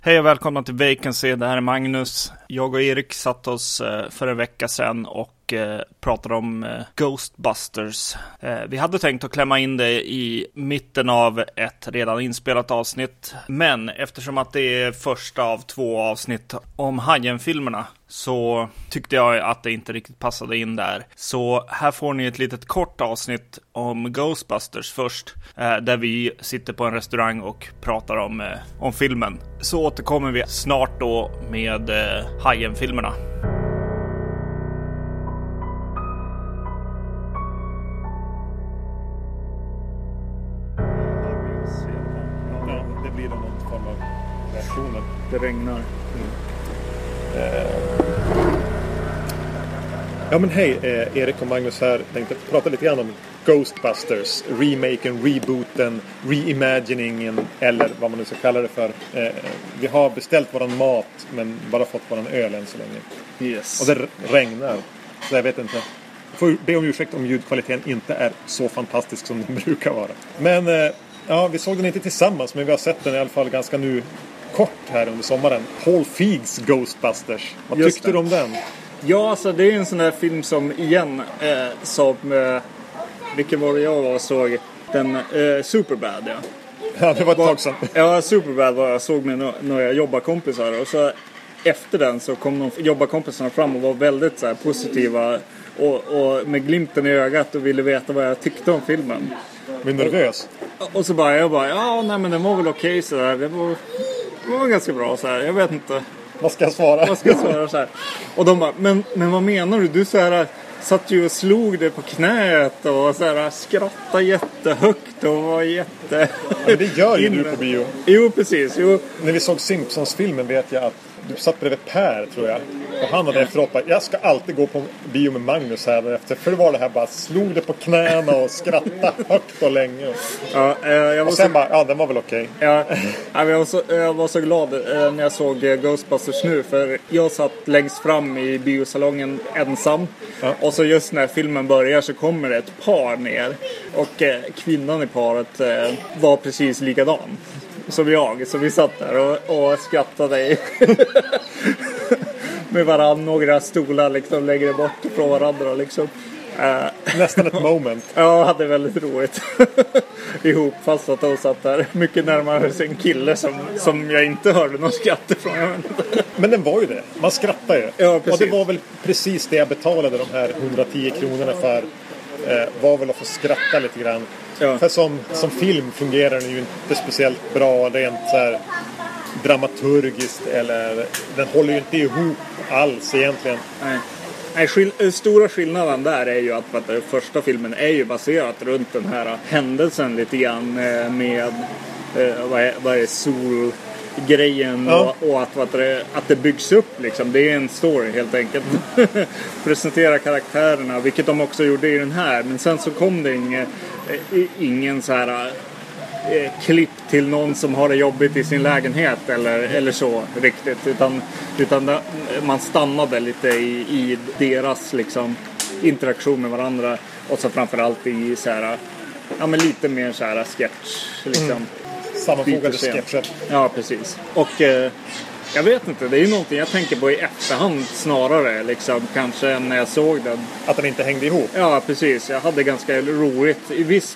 Hej och välkomna till Vacancy, det här är Magnus. Jag och Erik satt oss för en vecka sedan och pratade om Ghostbusters. Vi hade tänkt att klämma in det i mitten av ett redan inspelat avsnitt. Men eftersom att det är första av 2 avsnitt om Hajen-filmerna så tyckte jag att det inte riktigt passade in där. Så här får ni ett litet kort avsnitt om Ghostbusters först. Där vi sitter på en restaurang och pratar om filmen. Så återkommer vi snart då med Hajen-filmerna. Ja, det blir då någon form av reaktioner. Det regnar. Ja men hej, Erik och Magnus här. Tänkte prata lite grann om Ghostbusters. Remaken, rebooten, reimaginingen eller vad man nu ska kalla det för. Vi har beställt våran mat men bara fått våran öl än så länge. Yes. Och det regnar. Så jag vet inte. Jag får be om ursäkt om ljudkvaliteten inte är så fantastisk som den brukar vara. Men ja, vi såg den inte tillsammans men vi har sett den i alla fall ganska nu kort här under sommaren. Paul Feig's Ghostbusters. Vad tyckte du om den? Ja, alltså det är en sån där film som igen som vilken var det jag var och såg den Superbad, ja. Ja, det var ett tag sedan. Ja, Superbad var jag såg med några jobbarkompisar och så efter den så kom de jobbarkompisarna fram och var väldigt så här positiva och med glimten i ögat och ville veta vad jag tyckte om filmen. Men nervös? Och så bara ja, nej men den var väl okej så där. Det var ganska bra så här. Jag vet inte. Vad ska jag svara? Vad ska jag svara så här? Och de bara, men vad menar du? Du så här satt ju och slog dig på knät och så här skrattade jättehögt och var jätte... Men det gör ju du på bio. Jo, precis. Jo. När vi såg Simpsons-filmen vet jag att du satt bredvid Per, tror jag. Och han hade efteråt bara, jag ska alltid gå på bio med Magnus här efter. För det var det här bara, slog det på knäna och skrattade högt och länge. Ja, jag var och sen så... bara, ja den var väl okej. Ja, jag var så glad när jag såg Ghostbusters nu. För jag satt längst fram i biosalongen ensam. Ja. Och så just när filmen börjar så kommer det ett par ner. Och kvinnan i paret var precis likadan som jag. Så vi satt där och skrattade med varandra. Några stolar liksom lägger bort från varandra liksom. Nästan ett moment. Ja, hade väldigt roligt ihop, fast att de satt där mycket närmare sin kille som jag inte hörde någon skratt ifrån. Men den var ju det. Man skrattar ju. Ja, precis. Och det var väl precis det jag betalade de här 110 kronorna för. Var väl att få skratta lite grann. Ja. För som film fungerar den ju inte speciellt bra rent så här dramaturgiskt eller den håller ju inte ihop alls egentligen. Nej, stora skillnaden där är ju att första filmen är ju baserat runt den här händelsen lite grann med vad är solgrejen och att det byggs upp liksom. Det är en story helt enkelt. Presentera karaktärerna, vilket de också gjorde i den här. Men sen så kom det ingen så här klipp till någon som har det jobbigt i sin lägenhet eller så riktigt, utan man stannade lite i deras liksom interaktion med varandra och så framförallt i så här, ja men lite mer så här sketch liksom. Sammanfogade sketcher. Ja, precis. Och jag vet inte, det är ju någonting jag tänker på i efterhand snarare liksom, kanske när jag såg den. Att den inte hängde ihop? Ja, precis. Jag hade ganska roligt. Visst,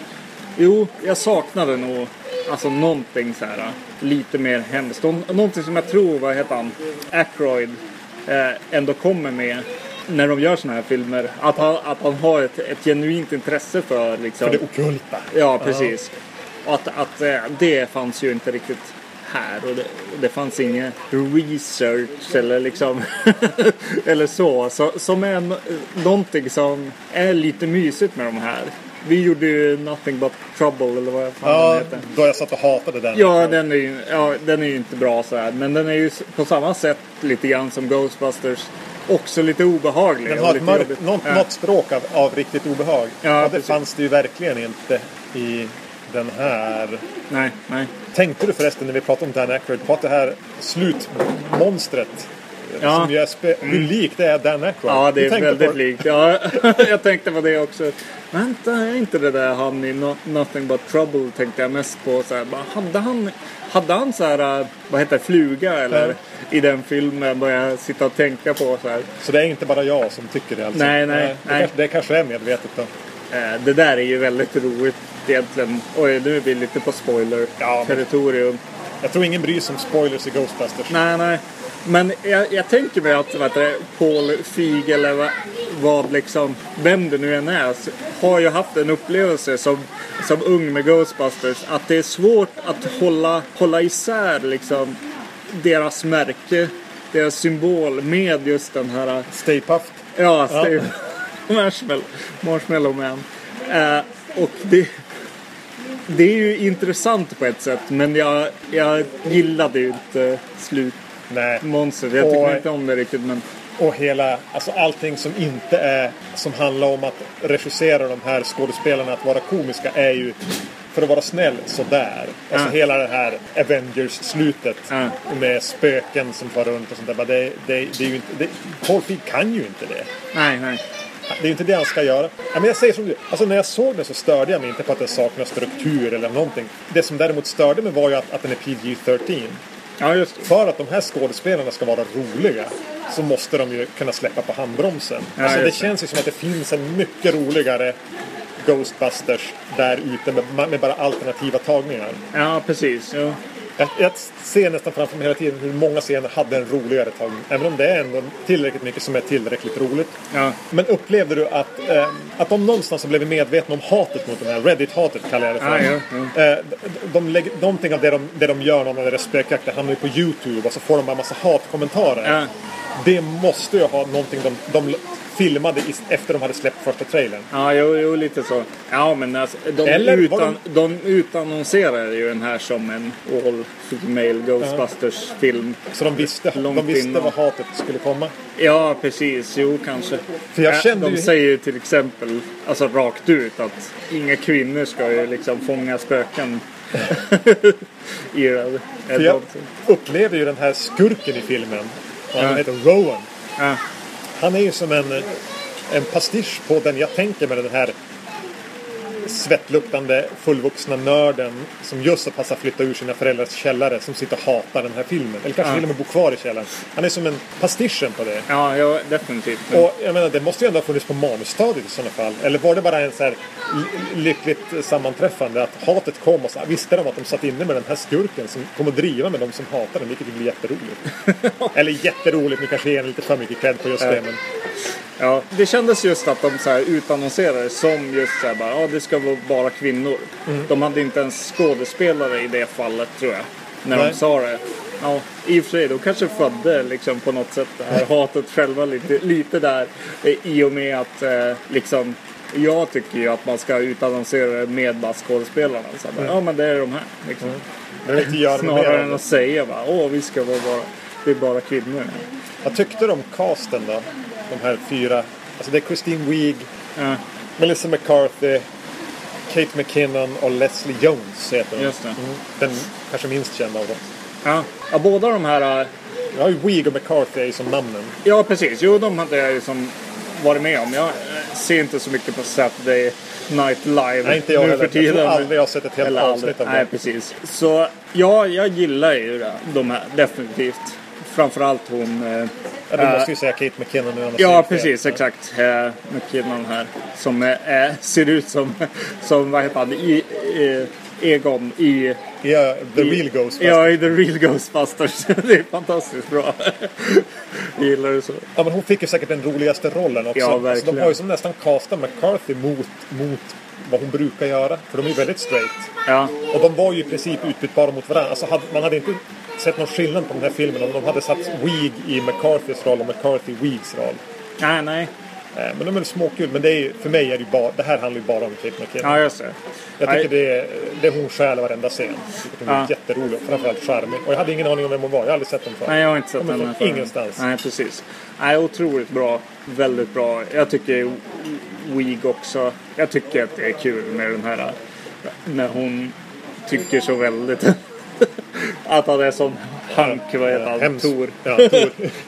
jo, jag saknade nog alltså någonting så här lite mer hemskt. Någonting som jag tror, vad heter han? Aykroyd ändå kommer med när de gör såna här filmer. Att han har ett genuint intresse för liksom... För det ockulta. Ja, precis. Och att det fanns ju inte riktigt här. Och det fanns ingen research eller liksom... eller så. Som är någonting som är lite mysigt med de här. Vi gjorde ju Nothing But Trouble eller vad fan den heter. Då jag satt och hatade den. Ja, den är ju inte bra så här. Men den är ju på samma sätt lite grann som Ghostbusters. Också lite obehaglig. Den har något språk av riktigt obehag. Ja, och det fanns det ju verkligen inte i den här. Nej. Tänkte du förresten när vi pratade om Dan Aykroyd på att det här slutmonstret som ju är hur likt det är Dan Aykroyd. Ja, det är väldigt likt. Ja, jag tänkte på det också. Vänta, är inte det där han i Nothing But Trouble, tänkte jag mest på. Så här, hade han så här, vad heter fluga eller i den filmen, började sitta och tänka på så här. Så det är inte bara jag som tycker det alltså? Nej. Det kanske är medvetet då. Det där är ju väldigt roligt egentligen. Oj, nu är vi lite på spoiler-territorium. Jag tror ingen bryr sig om spoilers i Ghostbusters. Nej. Men jag tänker mig att Paul Feig eller vad liksom, vem det nu än är, har ju haft en upplevelse som ung med Ghostbusters att det är svårt att hålla isär liksom deras märke, deras symbol med just den här Stay Puft. Ja, Stay Marshmallow Man. Och det är ju intressant på ett sätt, men jag gillade ju inte slutmonstret. Jag tycker inte om det riktigt, men... Och hela, alltså allting som inte är, som handlar om att regissera de här skådespelarna att vara komiska är ju, för att vara snäll, sådär. Alltså hela det här Avengers-slutet med spöken som far runt och sånt där. Det är ju inte, Paul Feig kan ju inte det. Nej. Det är ju inte det han ska göra. Men jag säger som du, alltså när jag såg den så störde jag mig inte på att den saknar struktur eller någonting. Det som däremot störde mig var ju att den är PG-13. Ja, just det. För att de här skådespelarna ska vara roliga så måste de ju kunna släppa på handbromsen. Ja, alltså det känns ju som att det finns en mycket roligare Ghostbusters där ute med bara alternativa tagningar. Ja, precis. Ja. Jag ser nästan framför mig hela tiden hur många scener hade en roligare tagning. Även om det är ändå tillräckligt mycket som är tillräckligt roligt. Ja. Men upplevde du att de någonstans har blivit medvetna om hatet mot den här Reddit-hatet, kallar jag det för. Någonting av det de gör när det är spökjakter hamnar ju på YouTube och så får de bara massa hatkommentarer. Ja. Det måste ju ha någonting de filmade efter de hade släppt första trailern. Ja, jo lite så. Ja, men alltså, de utannonserade ju den här som en all-female Ghostbusters-film. Så de visste vad hatet skulle komma? Ja, precis. Jo, kanske. För jag kände de säger ju till exempel, alltså rakt ut, att inga kvinnor ska ju liksom fånga spöken. För jag upplevde ju den här skurken i filmen. Han heter Rowan. Ja. Han är ju som en pastisch på den jag tänker med den här svettluktande fullvuxna nörden som just har passat flytta ur sina föräldrars källare, som sitter och hatar den här filmen. Eller kanske till och med bor kvar i källaren. Han är som en pastischen på det. Ja, definitivt. Och jag menar, det måste ju ändå ha funnits på manusstadiet i sådana fall. Eller var det bara en så här lyckligt sammanträffande att hatet kom och så visste de att de satt inne med den här skurken som kom att driva med dem som hatar den, vilket blir jätteroligt. Eller jätteroligt, nu kanske jag ger lite för mycket cred på just det, men... Ja, det kändes just att de så här utannonserade som just så här bara, det ska vara bara kvinnor. De hade inte ens skådespelare i det fallet, tror jag, när de sa det. Ja, i och för sig, de kanske födde liksom på något sätt det här hatet själva lite där, i och med att liksom, jag tycker ju att man ska utannonsera med bara skådespelarna. Så här, ja, men det är de här liksom. Snarare än att säga bara, vi ska vara det är bara kvinnor. Vad tyckte du om casten då? De här 4. Alltså det är Christine Wiig, Melissa McCarthy, Kate McKinnon och Leslie Jones heter de. Just det. Den kanske minst kända av dem. Ja, båda de här... Ja, Wiig och McCarthy är ju som namnen. Ja, precis. Jo, de hade jag ju som varit med om. Jag ser inte så mycket på Saturday Night Live. Nej, inte jag heller. Jag tror aldrig jag har sett ett helt avsnitt av det. Nej, precis. Så ja, jag gillar ju de här, definitivt. Framförallt hon... du måste ju säga Kate McKinnon nu. Ja, precis, exakt. McKinnon här. Som ser ut som vad heter han? Egon i... Ja, The Real Ghostbusters. Ja, i The Real Ghostbusters. Det är fantastiskt bra. Jag gillar det så. Ja, men hon fick ju säkert den roligaste rollen också. Ja, verkligen. Så de har ju som nästan castat McCarthy mot vad hon brukar göra. För de är ju väldigt straight. Ja. Och de var ju i princip utbytbara mot varandra. Alltså man hade inte sett någon skillnad på den här filmen om de hade satt Wiig i McCarthys roll och McCarthy Wiegs roll. Nej. Men de är småkul. Men det är ju, för mig är det ju bara, det här handlar ju bara om Kate McKinnon. Ja, just det. Jag tycker det är hon själv varenda scen. Hon är jätterolig och framförallt charmig. Och jag hade ingen aning om vem hon var. Jag har aldrig sett den förr. Nej, jag har inte sett den förr. Ingenstans. Nej, precis. Nej, otroligt bra. Väldigt bra. Jag tycker Wiig också. Jag tycker att det är kul med den här när hon tycker så väldigt att han är som Hank, vad heter han? Tor. Ja, Tor.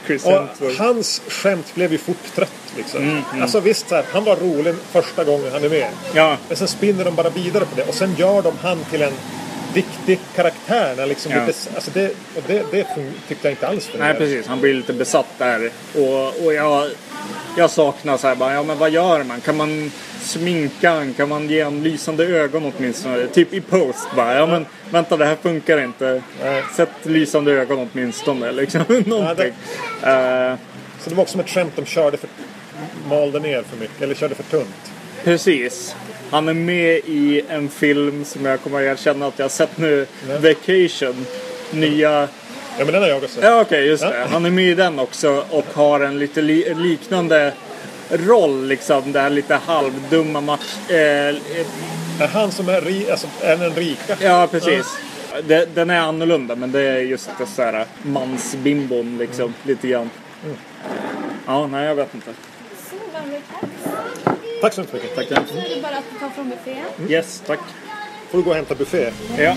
Chris Och Hemsworth. hans skämt blev ju fort trött liksom. Alltså visst så här, han var rolig första gången han är med. Ja. Men sen spinner de bara vidare på det. Och sen gör de han till en viktig karaktär. När liksom Ja. lite, alltså det tyckte jag inte alls för Nej, precis. Han blir lite besatt där. Och jag saknar så här bara, ja men vad gör man? Kan man sminka han? Kan man ge en lysande ögon åtminstone? Typ i post bara, ja men vänta, det här funkar inte. Nej. Sätt lysande ögon åtminstone, liksom. Någonting. Så det var också som ett skämt de malde ner för mycket. Eller körde för tunt. Precis. Han är med i en film som jag kommer att erkänna att jag har sett nu. Vacation. Nya... Ja, men den har jag också. Ja, okej, just det. Han är med i den också och har en lite liknande roll, liksom. Det här lite halvdumma match... Är han som är är den rika? Ja, precis. Den är annorlunda, men det är just det så här mansbimbon, liksom. Lite grann. Ja, nej, jag vet inte. Så varmt tack. Tack så mycket. Tack. Så är det bara att ta från buffén. Yes, tack. Får du gå och hämta buffé? Ja.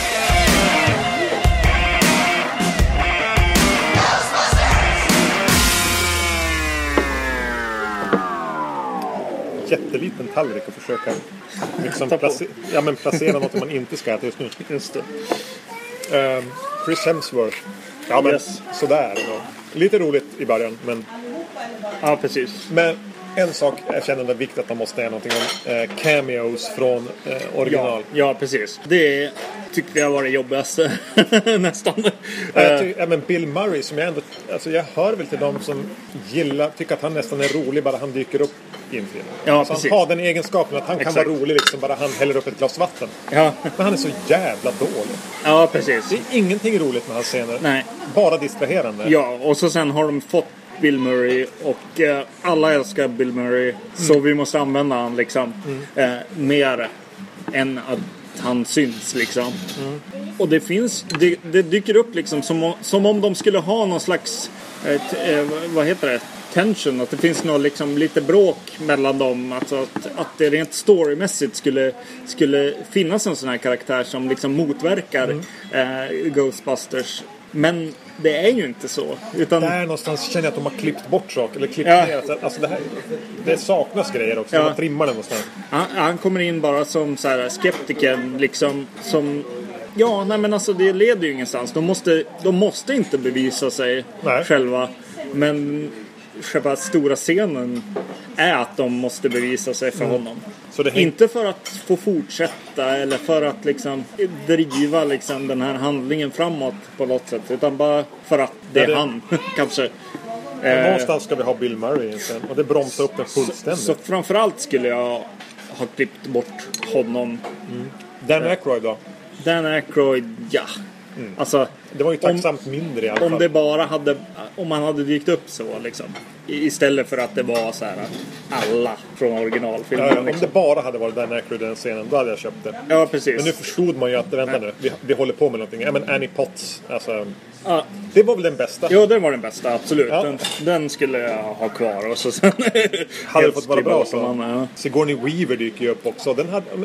Jätteliten tallrik och försöka liksom placera något man inte ska äta just nu. Just det. Chris Hemsworth. Ja, men Yes. sådär. Lite roligt i början, men... Ja, precis. Men en sak jag känner det är viktigt att man måste säga någonting om cameos från original. Ja, precis. Det tyckte jag var det jobbigaste nästan. Men Bill Murray som jag ändå... Alltså jag hör väl till dem som tycker att han nästan är rolig bara han dyker upp i en film. Ja, alltså precis. han har den egenskapen att han kan Exakt. vara rolig liksom bara han häller upp ett glas vatten. Ja. Men han är så jävla dålig. Ja, precis. Det är ingenting roligt med hans scener. Nej. Bara distraherande. Ja, och så sen har de fått Bill Murray och alla älskar Bill Murray. Så vi måste använda han liksom mer än att han syns liksom. Och det dyker upp liksom som om de skulle ha någon slags vad heter det? Tension, att det finns något liksom lite bråk mellan dem, alltså att det rent storymässigt skulle finnas en sån här karaktär som liksom motverkar Ghostbusters. Men det är ju inte så. Utan... Där någonstans känner jag att de har klippt bort saker. Eller klippt ner. Alltså det saknas grejer också. De trimmar det någonstans. Han kommer in bara som så här skeptiker. Liksom, som... Ja, nej men alltså det leder ju ingenstans. De måste inte bevisa sig själva. Men själva stora scenen är att de måste bevisa sig för honom. Så inte för att få fortsätta eller för att liksom driva liksom den här handlingen framåt på något sätt, utan bara för att det är han kanske. Någonstans ska vi ha Bill Murray sen, och det bromsar upp den fullständigt. Så framförallt skulle jag ha klippt bort honom. Dan Aykroyd då? Dan Aykroyd, ja. Alltså, det var ju tacksamt mindre i alla fall. Om det bara om man hade dykt upp så liksom. Istället för att det var så här alla från originalfilmen. Om det bara hade varit Dan Aykroyd i den scenen, då hade jag köpt det. Ja, precis. Men nu förstod man ju att, vänta nu, vi håller på med någonting. Ja, men Annie Potts, alltså... Det var väl den bästa? Ja, det var den bästa, absolut. Ja. Den skulle jag ha kvar. Och så sen hade det fått vara bra så. Sigourney Weaver dyker ju upp också.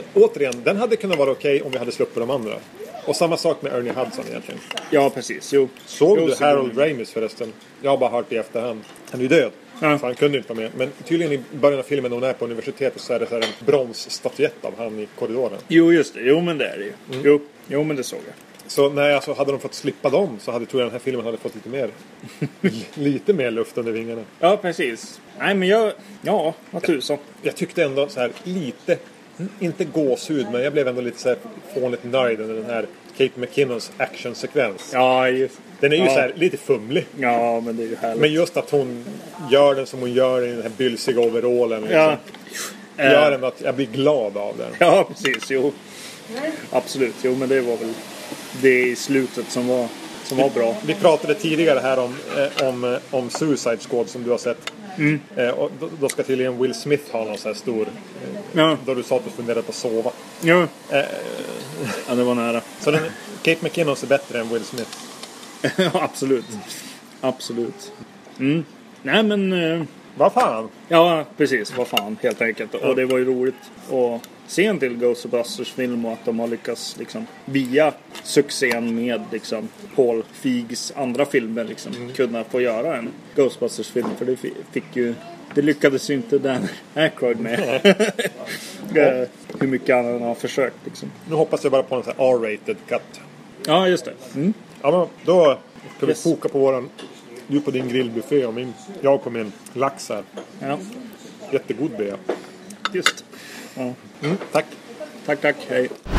Den hade kunnat vara okej om vi hade sluppit de andra. Och samma sak med Ernie Hudson egentligen. Ja, precis. Jo. Såg du Harold Ramis förresten? Jag har bara hört det i efterhand. Han är ju död. Ja. Så han kunde inte vara med. Men tydligen i början av filmen när hon är på universitetet så är det så här en bronsstatyett av han i korridoren. Jo, just det. Jo, men det är det ju. Jo, men det såg jag. Så nej, alltså, hade de fått slippa dem så tror jag den här filmen hade fått lite mer luft under vingarna. Ja, precis. Nej, men vad tusan. Jag tyckte ändå så här lite, inte gåshud, men jag blev ändå lite så här fånigt nöjd under den här Kate McKinnons actionsekvens. Ja, just. Den är ju så här lite fumlig. Ja, men det är ju härligt. Men just att hon gör den som hon gör i den här bylsiga overallen liksom, gör den att jag blir glad av den. Ja, precis. Jo. Absolut. Jo, men det var väl det i slutet som var bra. Vi pratade tidigare här om Suicide Squad som du har sett. Och då ska tydligen Will Smith ha någon så här stor... Då du sa att du funderade på att sova. Ja. Ja, det var nära. Så Kate McKinnon är bättre än Will Smith. Ja, absolut. Absolut. Nej, men... Vad fan? Ja, precis. Vad fan, helt enkelt. Och det var ju roligt. Och se en till Ghostbusters-film och att de har lyckats liksom, via succén med liksom, Paul Feigs andra filmer liksom, kunna få göra en Ghostbusters-film. För det lyckades ju inte Dan Aykroyd med. Hur mycket han har försökt liksom. Nu hoppas jag bara på en sån här R-rated cut. Ja, just det. Ja, men då ska vi foka på du på din grillbuffé och jag på min lax här. Ja. Jättegod bea. Just. Ja. Tack. Tack, hej.